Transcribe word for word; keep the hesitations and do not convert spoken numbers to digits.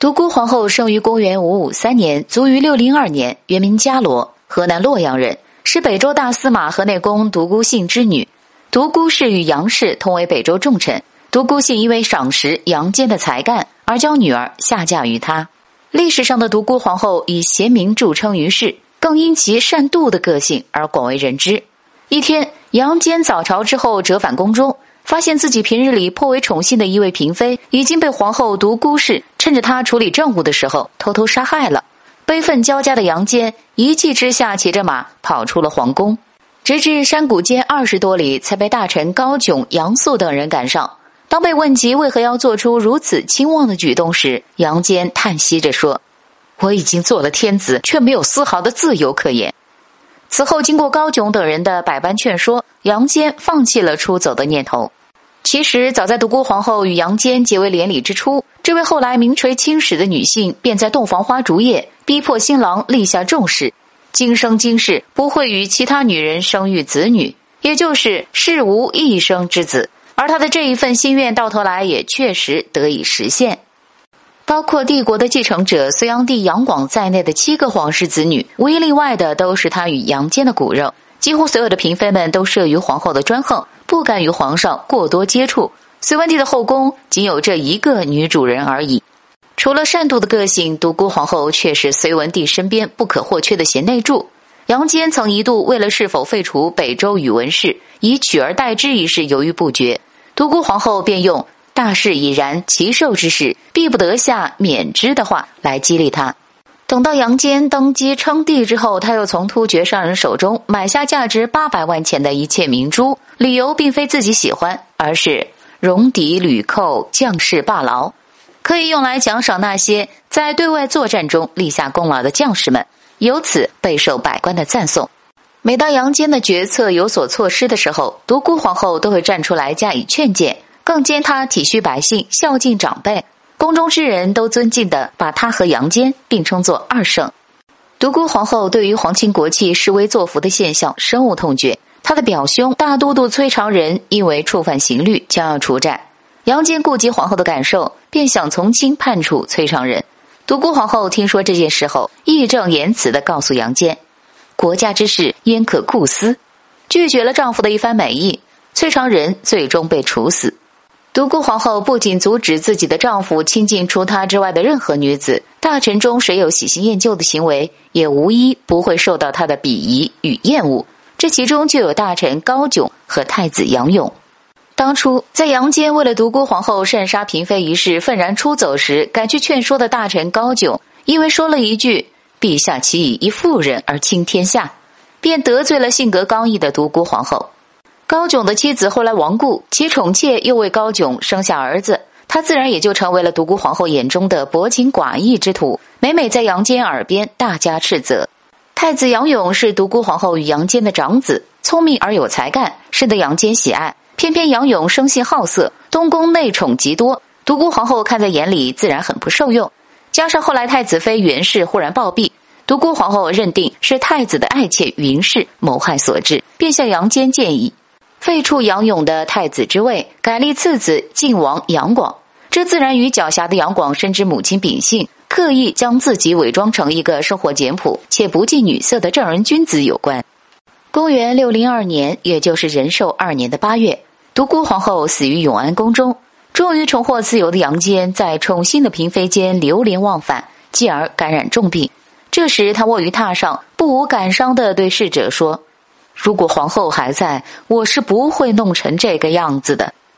独孤皇后生于公元五五三年，卒于六零二年，原名伽罗，河南洛阳人，是北周大司马河内公独孤信之女。独孤氏与杨氏同为北周重臣，独孤信因为赏识杨坚的才干，而将女儿下嫁于他。历史上的独孤皇后以贤明著称于世，更因其善妒的个性而广为人知。一天，杨坚早朝之后折返宫中，发现自己平日里颇为宠幸的一位嫔妃已经被皇后独孤氏趁着他处理政务的时候偷偷杀害了。悲愤交加的杨坚一气之下骑着马跑出了皇宫，直至山谷间二十多里才被大臣高炯、杨素等人赶上。当被问及为何要做出如此轻妄的举动时，杨坚叹息着说：我已经做了天子，却没有丝毫的自由可言。此后经过高炯等人的百般劝说，杨坚放弃了出走的念头。其实早在独孤皇后与杨坚结为连理之初，这位后来名垂青史的女性便在洞房花烛夜逼迫新郎立下重誓，今生今世不会与其他女人生育子女，也就是世无一生之子。而她的这一份心愿到头来也确实得以实现。包括帝国的继承者隋炀帝杨广在内的七个皇室子女，无一例外的都是他与杨坚的骨肉。几乎所有的嫔妃们都慑于皇后的专横，不敢与皇上过多接触。隋文帝的后宫仅有这一个女主人而已。除了善妒的个性，独孤皇后却是隋文帝身边不可或缺的贤内助。杨坚曾一度为了是否废除北周宇文氏，以取而代之一事犹豫不决，独孤皇后便用大势已然，其受之事，必不得下，免之的话来激励他。等到杨坚登基称帝之后，他又从突厥商人手中买下价值八百万钱的一切明珠，理由并非自己喜欢，而是戎狄屡寇，将士罢劳，可以用来奖赏那些在对外作战中立下功劳的将士们，由此备受百官的赞颂。每当杨坚的决策有所错失的时候，独孤皇后都会站出来加以劝谏，更兼他体恤百姓，孝敬长辈。宫中之人都尊敬地把他和杨坚并称作二圣。独孤皇后对于皇亲国戚示威作福的现象深恶痛绝，她的表兄大都督崔长仁因为触犯刑律将要处斩，杨坚顾及皇后的感受，便想从轻判处崔长仁。独孤皇后听说这件事后，义正言辞地告诉杨坚，国家之事焉可顾私，拒绝了丈夫的一番美意，崔长仁最终被处死。独孤皇后不仅阻止自己的丈夫亲近除她之外的任何女子，大臣中谁有喜新厌旧的行为，也无一不会受到她的鄙夷与厌恶。这其中就有大臣高炯和太子杨勇。当初在杨坚为了独孤皇后擅杀嫔妃一事愤然出走时，赶去劝说的大臣高炯，因为说了一句陛下岂以一妇人而倾天下，便得罪了性格刚毅的独孤皇后。高炯的妻子后来亡故，其宠妾又为高炯生下儿子，他自然也就成为了独孤皇后眼中的薄情寡义之徒，每每在杨坚耳边大加斥责。太子杨勇是独孤皇后与杨坚的长子，聪明而有才干，深得杨坚喜爱。偏偏杨勇生性好色，东宫内宠极多，独孤皇后看在眼里，自然很不受用。加上后来太子妃袁氏忽然暴毙，独孤皇后认定是太子的爱妾云氏谋害所致，便向杨坚建议废黜杨勇的太子之位，改立次子晋王杨广。这自然与狡黠的杨广深知母亲秉性，刻意将自己伪装成一个生活简朴且不近女色的正人君子有关。公元六零二年，也就是仁寿二年的八月，独孤皇后死于永安宫中。终于重获自由的杨坚在宠幸的嫔妃间流连忘返，继而感染重病。这时他卧于榻上，不无感伤地对侍者说，如果皇后还在，我是不会弄成这个样子的。